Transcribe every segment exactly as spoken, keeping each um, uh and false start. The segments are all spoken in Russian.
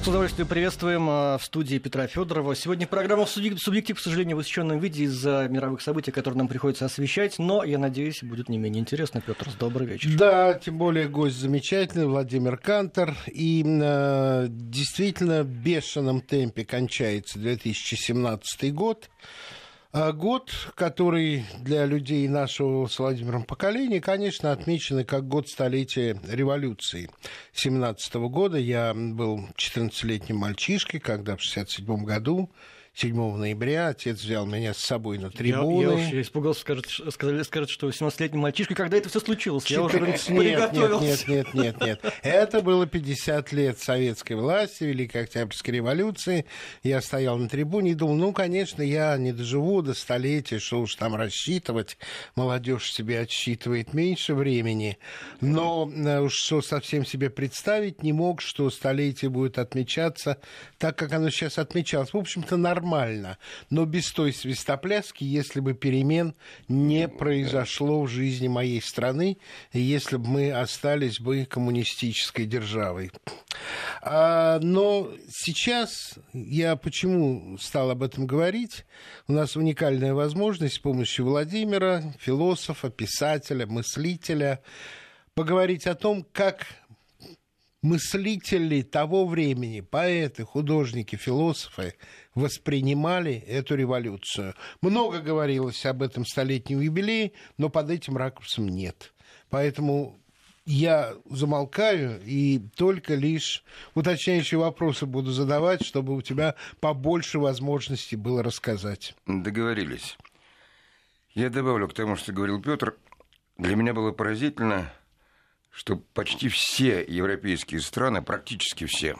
С удовольствием приветствуем в студии Петра Федорова. Сегодня программа «Субъектив», к сожалению, в усеченном виде из-за мировых событий, которые нам приходится освещать, но, я надеюсь, будет не менее интересно. Петр, добрый вечер. Да, тем более гость замечательный, Владимир Кантор. И э, действительно в бешеном темпе кончается две тысячи семнадцатый год. Год, который для людей нашего с Владимиром поколения, конечно, отмечен как год столетия революции семнадцатого года. Я был четырнадцатилетним мальчишкой, когда в шестьдесят седьмом году, седьмого ноября, отец взял меня с собой на трибуны. Я, я вообще испугался, скажут, сказали, скажут, что семнадцатилетним мальчишкой, когда это все случилось? Я уже нет, приготовился. Нет, нет, нет, нет, нет. Это было пятьдесят лет советской власти, Великой Октябрьской революции. Я стоял на трибуне и думал, ну, конечно, я не доживу до столетия, что уж там рассчитывать. Молодежь себе отсчитывает меньше времени. Но уж что совсем себе представить не мог, что столетие будет отмечаться так, как оно сейчас отмечалось. В общем-то, нормально. Нормально, но без той свистопляски, если бы перемен не произошло в жизни моей страны, если бы мы остались бы коммунистической державой. А, но сейчас я почему стал об этом говорить? У нас уникальная возможность с помощью Владимира, философа, писателя, мыслителя, поговорить о том, как мыслители того времени, поэты, художники, философы воспринимали эту революцию. Много говорилось об этом столетнем юбилее, но под этим ракурсом нет. Поэтому я замолкаю и только лишь уточняющие вопросы буду задавать, чтобы у тебя побольше возможностей было рассказать. Договорились. Я добавлю к тому, что говорил Петр. Для меня было поразительно, что почти все европейские страны, практически все,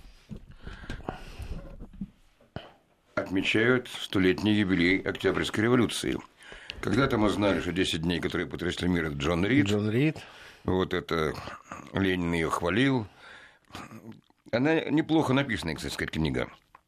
отмечают столетний юбилей Октябрьской революции. Когда-то мы знали, что десять дней, которые потрясли мир, это Джон Рид. Джон Рид. Вот это Ленин ее хвалил. Она неплохо написана, кстати сказать, книга.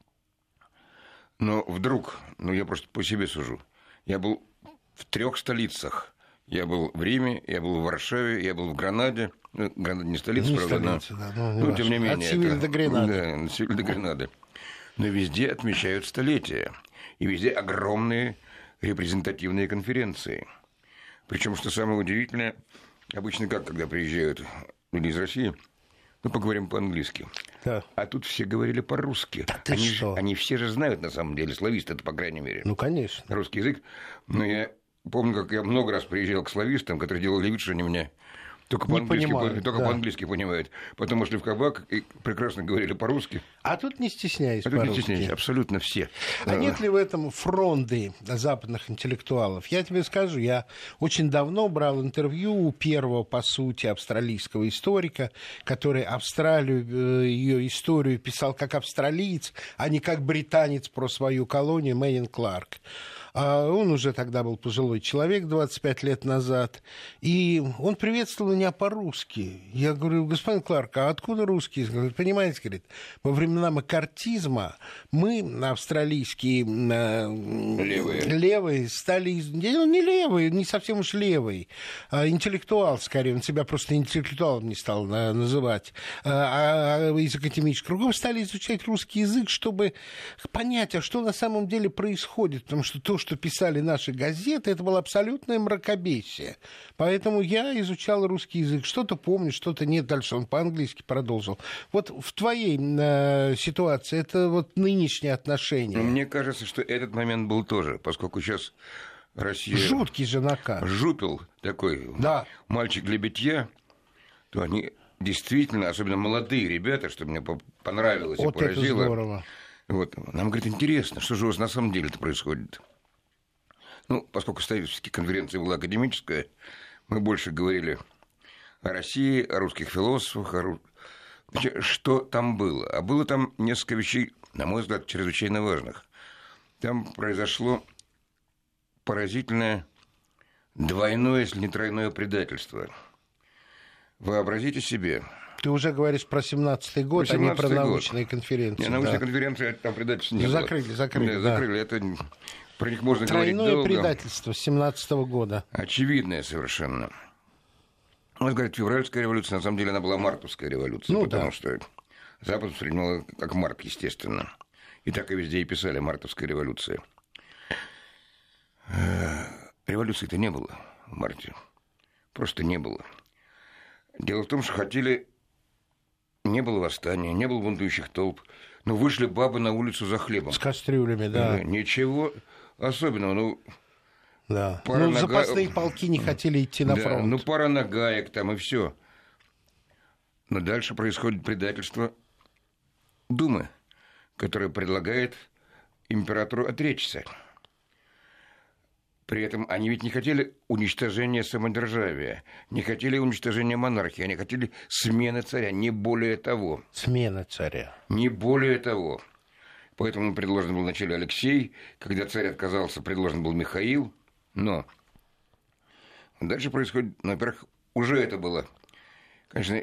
Но вдруг, ну я просто по себе сужу, я был в трех столицах. Я был в Риме, я был в Варшаве, я был в Гранаде. Ну, Гранада не столица, не правда, столица, но, да, но не ну, важно. тем не менее. От Севиля это, до Гренады. Да, от Севиля до Гренады. Но везде отмечают столетия. И везде огромные репрезентативные конференции. Причем, что самое удивительное, обычно как, когда приезжают люди из России, ну, поговорим по-английски. Да. А тут все говорили по-русски. Да ты они, что? Они все же знают, на самом деле, слависты это, по крайней мере. Ну, конечно. Русский язык. Но я помню, как я много раз приезжал к славистам, которые делали вид, что они меня только по-английски, понимают, только да. по-английски понимают. Потом шли в кабак и прекрасно говорили по-русски. А тут не стесняясь А тут не по-русски. стесняюсь, абсолютно все. А нет ли в этом фронды западных интеллектуалов? Я тебе скажу, я очень давно брал интервью у первого, по сути, австралийского историка, который Австралию, ее историю писал как австралиец, а не как британец про свою колонию, Мэннинг Кларк. Он уже тогда был пожилой человек, двадцать пять лет назад, и он приветствовал меня по-русски. Я говорю, господин Кларк, а откуда русский? Он говорит, понимаете, говорит, во времена маккартизма мы, австралийские левые, левые стали, не левые, не совсем уж левые, а интеллектуал, скорее, он себя просто интеллектуалом не стал называть, а из академических кругов стали изучать русский язык, чтобы понять, а что на самом деле происходит, потому что то, что писали наши газеты, это было абсолютное мракобесие. Поэтому я изучал русский язык. Что-то помню, что-то нет. Дальше он по-английски продолжил. Вот в твоей э, ситуации это вот нынешнее отношение. Мне кажется, что этот момент был тоже, поскольку сейчас Россия... Жуткий же накат. Жупел такой, да. Мальчик для битья, то они действительно, особенно молодые ребята, что мне понравилось вот и поразило. Это здорово. Вот. Нам, говорит, интересно, что же у вас на самом деле это происходит. Ну, поскольку исторически конференция была академическая, мы больше говорили о России, о русских философах, о ру... Значит, что там было. А было там несколько вещей, на мой взгляд, чрезвычайно важных. Там произошло поразительное двойное, если не тройное предательство. Вообразите себе. Ты уже говоришь про семнадцатый год, а не про научные год. конференции. Не, научные да. конференции, там предательства не ну, было. Закрыли, закрыли. Да, да. закрыли. Это... Про них можно Тройное говорить долго. Тройное предательство семнадцатого года. Очевидное совершенно. У нас говорят, февральская революция, на самом деле она была мартовская революция, ну, потому да. что Запад воспринимал как март, естественно. И так и везде и писали «Мартовская революция». Революции-то не было в марте. Просто не было. Дело в том, что хотели... Не было восстания, не было бунтующих толп. Но вышли бабы на улицу за хлебом. С кастрюлями, да. Ничего особенного. Ну, да. Ну, нага... запасные га... полки не хотели идти на да, фронт. Ну, пара нагаек там и все. Но дальше происходит предательство Думы, которая предлагает императору отречься. При этом они ведь не хотели уничтожения самодержавия, не хотели уничтожения монархии, они хотели смены царя, не более того. Смена царя. Не более того. Поэтому предложен был вначале Алексей, когда царь отказался, предложен был Михаил, но дальше происходит, ну, во-первых, уже это было, конечно...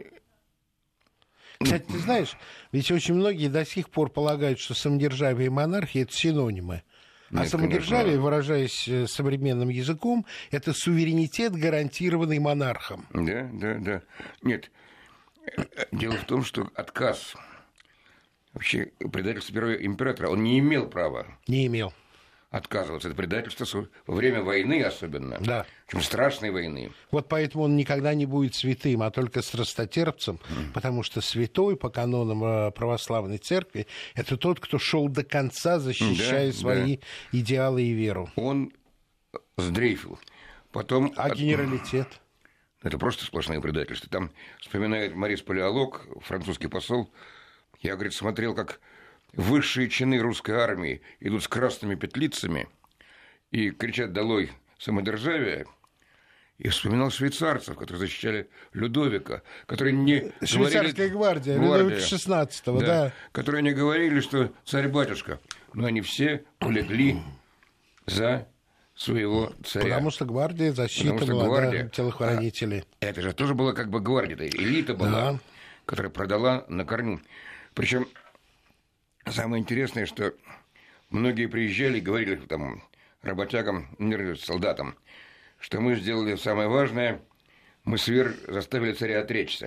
Кстати, ты знаешь, ведь очень многие до сих пор полагают, что самодержавие и монархия – это синонимы. А Нет, самодержавие, конечно. выражаясь современным языком, это суверенитет, гарантированный монархом. Да, да, да. Нет, дело в том, что отказ, вообще предательство первого императора, он не имел права. Не имел. Отказываться. Это предательство во время войны особенно. Да. Причем страшной войны. Вот поэтому он никогда не будет святым, а только страстотерпцем, mm. потому что святой по канонам православной церкви – это тот, кто шел до конца, защищая да, свои да. идеалы и веру. Он сдрейфил. Потом... А генералитет? Это просто сплошное предательство. Там вспоминает Морис Палеолог, французский посол. Я, говорит, смотрел, как... Высшие чины русской армии идут с красными петлицами и кричат «Долой самодержавие!» И вспоминал швейцарцев, которые защищали Людовика, которые не Швейцарская говорили... гвардия, Людовика шестнадцатого, да, да. Которые не говорили, что царь-батюшка, но они все полегли за своего царя. Потому что гвардия, защита что была, гвардия, да, телохранители. А это же тоже была как бы гвардия, элита была, да. которая продала на корню. Причем самое интересное, что многие приезжали и говорили там работягам, солдатам, что мы сделали самое важное, мы свер... заставили царя отречься.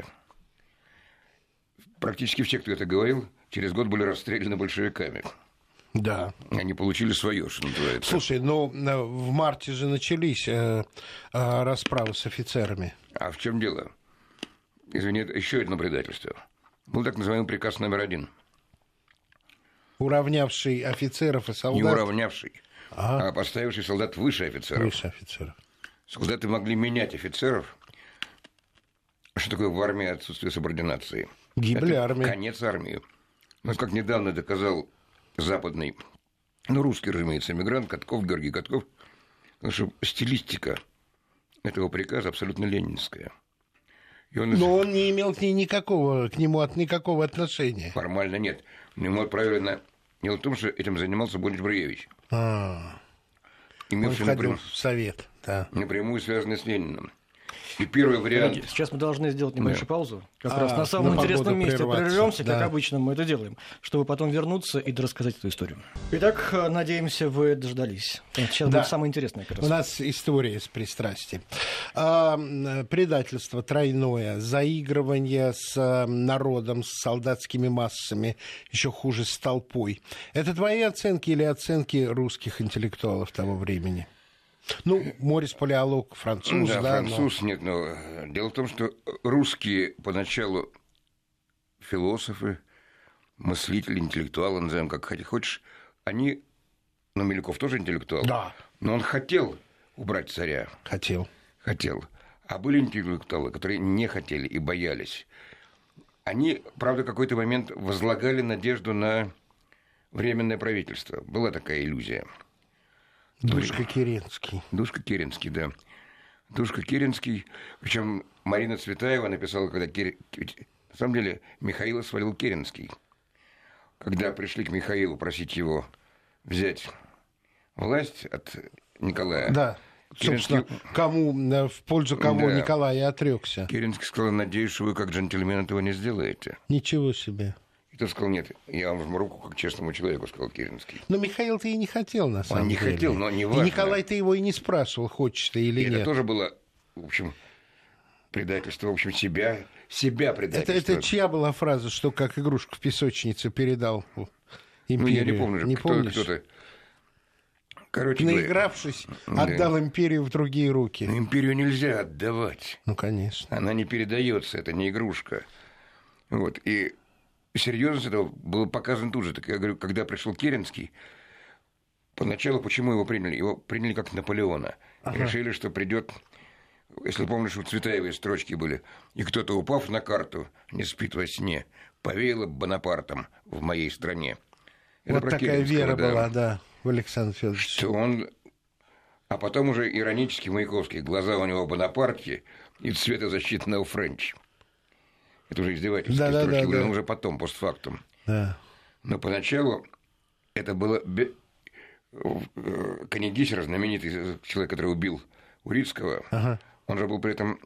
Практически все, кто это говорил, через год были расстреляны большевиками. Да. Они получили свое, что называется. Слушай, ну в марте же начались э, э, расправы с офицерами. А в чем дело? Извини, это еще одно предательство. Был так называемый приказ номер один. Уравнявший офицеров и солдат. Не уравнявший, ага. а поставивший солдат выше офицеров. Выше офицеров. Солдаты могли менять офицеров. Что такое в армии отсутствие субординации? Гибель Это армии. Конец армии. Ну, как недавно доказал западный, ну, русский, разумеется, эмигрант Катков, Георгий Катков, что стилистика этого приказа абсолютно ленинская. И он... Но он не имел к ней никакого, к нему от никакого отношения. Формально нет. Но ему отправили на... Дело в том, что этим занимался Борис Бруевич. А, имевший он входил напрям... в совет, да. Напрямую связанный с Лениным. И первый вариант... Коллеги, сейчас мы должны сделать небольшую да. паузу. Как а, раз на самом на интересном месте прервемся, да. как обычно мы это делаем, чтобы потом вернуться и рассказать эту историю. Итак, надеемся, вы дождались. Сейчас да. будет самое интересное. Как раз. У нас история с пристрастием. А, предательство тройное, заигрывание с народом, с солдатскими массами, еще хуже с толпой. Это твои оценки или оценки русских интеллектуалов того времени? Ну, Морис Палеолог, француз, да. да, француз, но... нет, но дело в том, что русские поначалу философы, мыслители, интеллектуалы, назовем как хочешь, они, ну, Милюков тоже интеллектуал, да. но он хотел убрать царя. Хотел. Хотел. А были интеллектуалы, которые не хотели и боялись. Они, правда, в какой-то момент возлагали надежду на временное правительство. Была такая иллюзия. Душка Керенский. Душка Керенский, да. Душка Керенский. Причем Марина Цветаева написала, когда Кер... на самом деле Михаила свалил Керенский. Когда пришли к Михаилу просить его взять власть от Николая. Да. Керенский... Собственно, кому, в пользу кого да. Николай отрекся. Керенский сказал: надеюсь, что вы как джентльмен этого не сделаете. Ничего себе. И тот сказал: нет, я вам жму руку как честному человеку, сказал Керенский. Но Михаил-то и не хотел, на самом Он не деле. хотел, но не важно. И Николай-то его и не спрашивал, хочет ты или и нет. Это тоже было, в общем, предательство, в общем, себя, себя предательство. Это, это чья была фраза, что как игрушку в песочнице передал империю? Ну, я не помню, не кто, помнишь? кто-то... Короче, наигравшись, да. отдал империю в другие руки. Но империю нельзя отдавать. Ну, конечно. Она не передается, это не игрушка. Вот. И серьезность этого была показана тут же. Так я говорю, когда пришел Керенский, поначалу почему его приняли? Его приняли как Наполеона. Ага. Решили, что придет, если помнишь, у Цветаевой строчки были, и кто-то, упав на карту, не спит во сне, повеяло Бонапартом в моей стране. Это вот такая вера да. была, да. Александр Федорович. Что он... А потом уже иронически Маяковский. Глаза у него Бонапартки и цветозащитного Френч. Это уже издевательские да, строчки. Да, да, он да. уже потом, постфактум. Да. Но поначалу это было... Канегисер, знаменитый человек, который убил Урицкого, ага. он же был при этом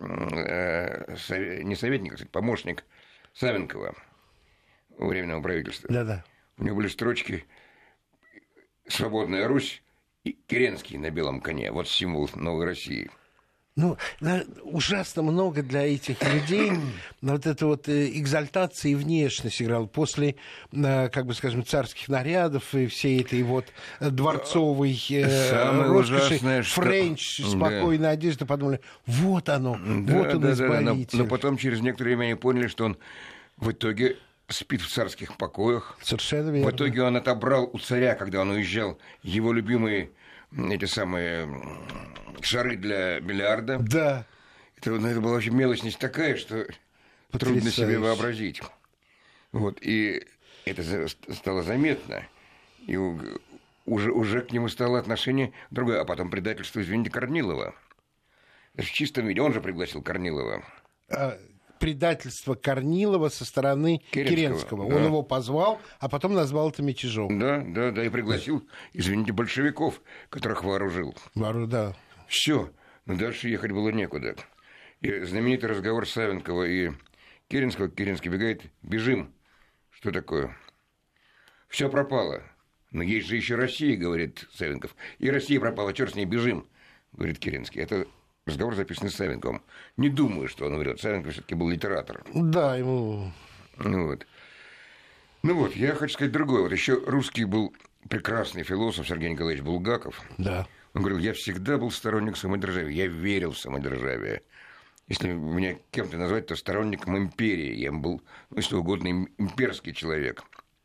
э, не советник, а кстати, помощник Савенкова Временного правительства. Да, да. У него были строчки «Свободная Русь» и Керенский на белом коне. Вот символ новой России. Ну, да, ужасно много для этих людей вот эта вот экзальтация и внешность играла. После, как бы скажем, царских нарядов и всей этой вот дворцовой э, роскоши, что... френч, спокойная да. одежда, подумали, вот оно, да, вот он да, избавитель. Да, но, но потом через некоторое время они поняли, что он в итоге спит в царских покоях. Совершенно верно. В итоге он отобрал у царя, когда он уезжал, его любимые эти самые шары для бильярда. Да. Это, ну, это была вообще мелочность такая, что потрясающе. Трудно себе вообразить. Вот. И это стало заметно. И уже, уже к нему стало отношение другое. А потом предательство, извините, Корнилова. В чистом виде. Он же пригласил Корнилова. А... предательство Корнилова со стороны Керенского. Керенского. Да. Он его позвал, а потом назвал это мятежом. Да, да, да, и пригласил, извините, большевиков, которых вооружил. Вору, да. Все, но дальше ехать было некуда. И знаменитый разговор Савенкова и Керенского, Керенский бегает, бежим. Что такое? Все пропало. Но есть же еще Россия, говорит Савенков. И Россия пропала, черт с ней, бежим, говорит Керенский. Это... разговор записан Савенковым. Не думаю, что он врет. Савенков все-таки был литератор. Да, ему... Ну вот. Ну вот, я хочу сказать другое. Вот еще русский был прекрасный философ Сергей Николаевич Булгаков. Да. Он говорил, я всегда был сторонник самодержавия. Я верил в самодержавие. Если меня кем-то назвать, то сторонником империи. Я был, ну, если угодно, имперский человек.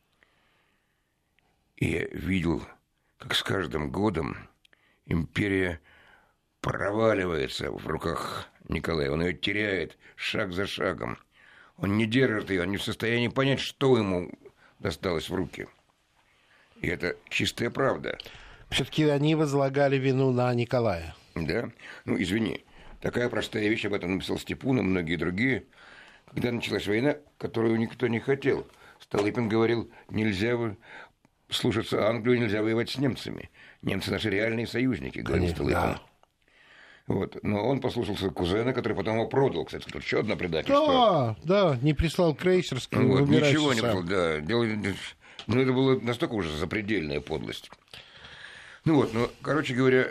И я видел, как с каждым годом империя... проваливается в руках Николая. Он ее теряет шаг за шагом. Он не держит ее, он не в состоянии понять, что ему досталось в руки. И это чистая правда. Все-таки они возлагали вину на Николая. Да? Ну, извини. Такая простая вещь, об этом написал Степун и многие другие. Когда началась война, которую никто не хотел, Столыпин говорил, нельзя слушаться Англию, нельзя воевать с немцами. Немцы наши реальные союзники, говорил Столыпин. Да. Вот. Но он послушался кузена, который потом его продал, кстати. Тут еще одно предательство. Да, да, не прислал крейсерский. Вот, ничего не прислал, да. Дело... Ну, это было настолько уже запредельная подлость. Ну вот, ну, короче говоря,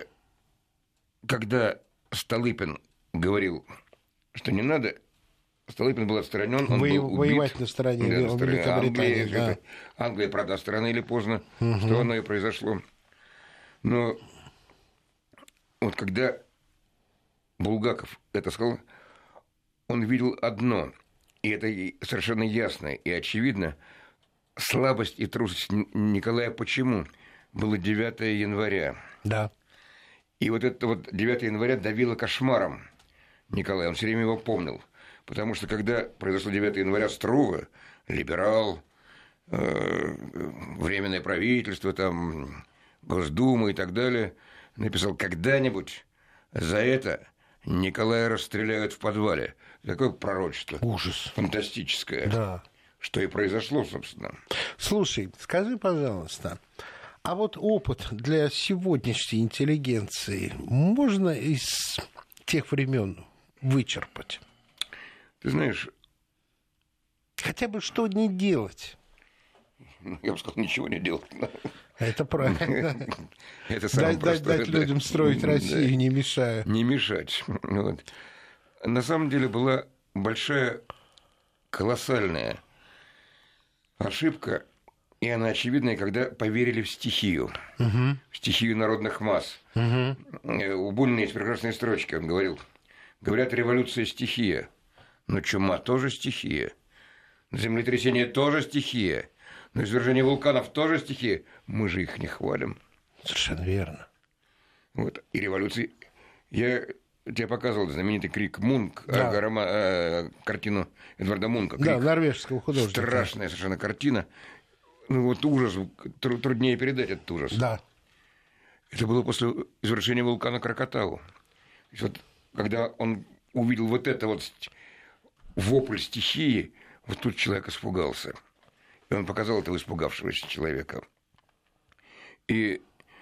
когда Столыпин говорил, что не надо, Столыпин был отстранен, он Во- был убит. Воевать на стороне, да, на стороне Великобритании. Англии, Да. Англия, правда, страна или поздно, угу. что оно и произошло. Но вот когда Булгаков это сказал, он видел одно, и это совершенно ясно и очевидно, слабость и трусость Николая. Почему? Было девятое января. Да. И вот это вот девятое января давило кошмаром Николая. Он все время его помнил. Потому что когда произошло девятое января, Струве, либерал, э, Временное правительство, там, Госдума и так далее, написал, когда-нибудь за это Николая расстреляют в подвале. Такое пророчество. Ужас. Фантастическое. Да. Что и произошло, собственно. Слушай, скажи, пожалуйста, а вот опыт для сегодняшней интеллигенции можно из тех времен вычерпать? Ты знаешь... Хотя бы что не делать? Я бы сказал, ничего не делать. Это правильно. Это самое простое. Дать людям строить Россию, не мешая. Не мешать. Вот. на самом деле была большая, колоссальная ошибка, и она очевидная, когда поверили в стихию, угу. в стихию народных масс. Угу. У Бунина есть прекрасные строчки, он говорил, говорят, революция – стихия, но чума тоже стихия, землетрясение тоже стихия, но извержение вулканов тоже стихия, мы же их не хвалим. Совершенно верно. Вот, и революции... Я тебе показывал знаменитый крик Мунк, да. а, рома, а, картину Эдварда Мунка. Крик. Да, норвежского художника. Страшная совершенно картина. Ну вот ужас, тр- труднее передать этот ужас. Да. Это было после извержения вулкана Кракатау. Вот, когда он увидел вот это вот вопль стихии, вот тут человек испугался. И он показал этого испугавшегося человека. И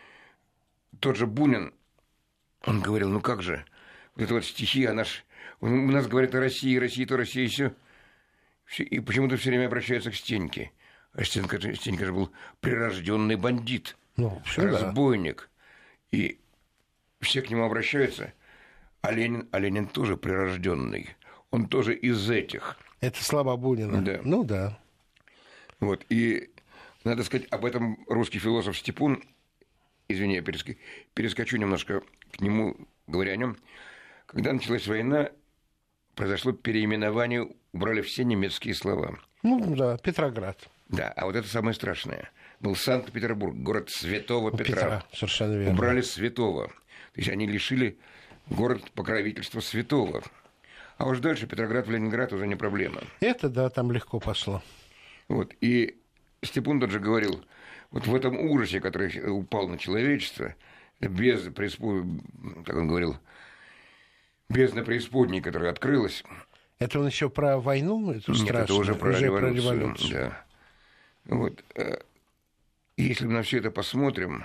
тот же Бунин, он говорил, ну как же, вот эта вот стихия, она ж... У нас говорят о России, России, то Россия, и все. И почему-то все время обращаются к Стеньке. А Стенька, Стенька же был прирожденный бандит, ну, разбойник. Да. И все к нему обращаются. А Ленин, а Ленин тоже прирожденный. Он тоже из этих. Это слова Бунина. Да. Ну да. Вот. И надо сказать, об этом русский философ Степун, извини, я перескочу немножко к нему, говоря о нем. Когда началась война, произошло переименование, убрали все немецкие слова. Ну да, Петроград. Да, а вот это самое страшное. Был Санкт-Петербург, город Святого Петра. Петра. Совершенно верно. Убрали Святого. То есть они лишили город покровительства Святого. А уж дальше Петроград в Ленинград уже не проблема. Это да, там легко пошло. Вот. И Степун тот же говорил, вот в этом ужасе, который упал на человечество, без преисподней, как он говорил, бездна преисподней, которая открылась. Это он еще про войну? Эту Нет, страшную? это уже про уже революцию. Про революцию. Да. Вот. Если мы на все это посмотрим,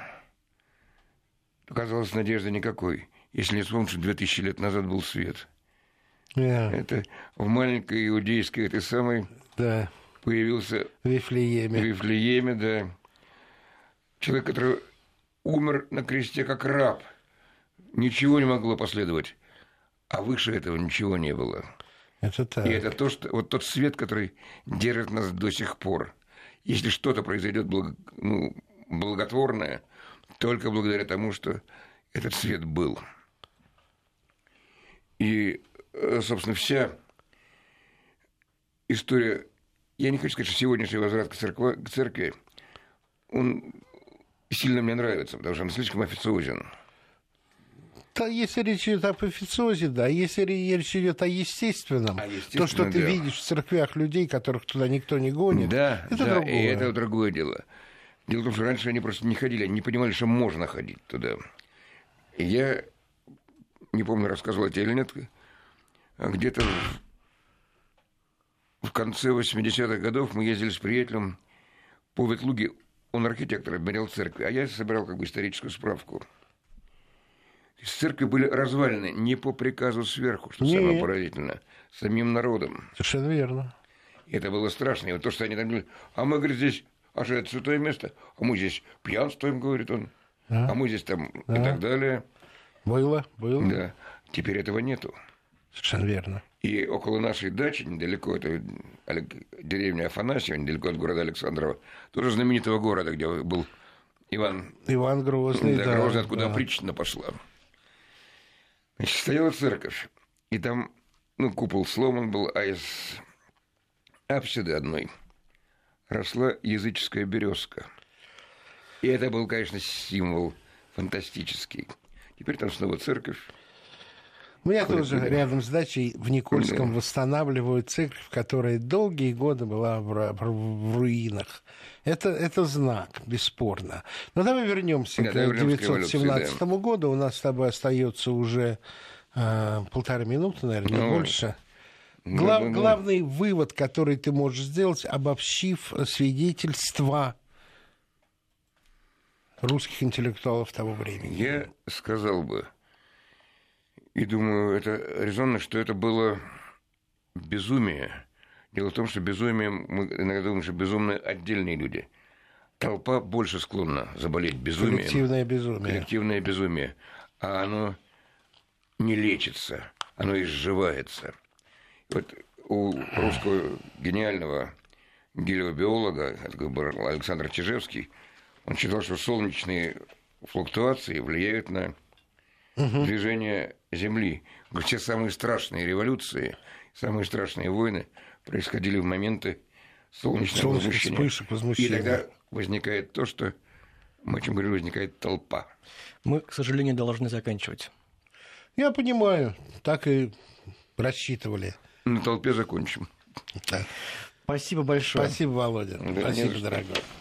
то казалось, надежды никакой. Если не вспомнить, что две тысячи лет назад был свет. Yeah. Это в маленькой иудейской этой самой да. появился в Вифлееме. В Вифлееме, да. Человек, который умер на кресте как раб. Ничего не могло последовать. А выше этого ничего не было. Это так. И это то, что, вот тот свет, который держит нас до сих пор. Если что-то произойдет благо, ну, благотворное, только благодаря тому, что этот свет был. И, собственно, вся история... Я не хочу сказать, что сегодняшний возврат к, церква, к церкви, он сильно мне нравится, потому что он слишком официозен. Да, если речь идет об официозе, да. Если речь идет о естественном, а то, что ты да. видишь в церквях людей, которых туда никто не гонит, да, это да, другое. И это другое дело. Дело в том, что раньше они просто не ходили, они не понимали, что можно ходить туда. И я, не помню, рассказывал тебе или нет, где-то в конце восьмидесятых годов мы ездили с приятелем по Ветлуге, он архитектор, обмерял церкви, а я собирал как бы историческую справку. Церкви были развалены не по приказу сверху, что Нет. самое поразительное, самим народом. Совершенно верно. И это было страшно. И вот то, что они там говорили, а мы, говорит, здесь, а что это святое место, а мы здесь пьянствуем, говорит он, да. а мы здесь там да. и так далее. Было, было. Да. Теперь этого нету. Совершенно верно. И около нашей дачи, недалеко, это деревня Афанасьева, недалеко от города Александрова, тоже знаменитого города, где был Иван... Иван Грозный, да. да. Грозный, откуда да. притча пошла. Значит, стояла церковь, и там, ну, купол сломан был, а из апсиды одной росла языческая березка. И это был, конечно, символ фантастический. Теперь там снова церковь. У меня Ходит тоже туда. Рядом с дачей в Никольском да. восстанавливают церковь, которая долгие годы была в, в руинах. Это, это знак, бесспорно. Но давай вернемся да, к тысяча девятьсот семнадцатому да. году. У нас с тобой остается уже э, полторы минуты, наверное, ну, больше. Ну, Глав, ну, главный ну. вывод, который ты можешь сделать, обобщив свидетельства русских интеллектуалов того времени. Я сказал бы, и думаю, это резонно, что это было безумие. Дело в том, что безумие, мы иногда думаем, что безумные отдельные люди. Толпа больше склонна заболеть безумием. Коллективное безумие. Коллективное безумие. А оно не лечится. оно изживается. Вот у русского гениального гелиобиолога, это был Александр Чижевский, он считал, что солнечные флуктуации влияют на угу. движение Земли. Все самые страшные революции, самые страшные войны происходили в моменты солнечного возмущения. Вспышек возмущения. И тогда возникает то, что мы о чем говорили, возникает толпа. Мы, к сожалению, должны заканчивать. Я понимаю, так и рассчитывали. На толпе закончим. Да. Спасибо большое. Спасибо, Володя. Да, Спасибо, дорогой.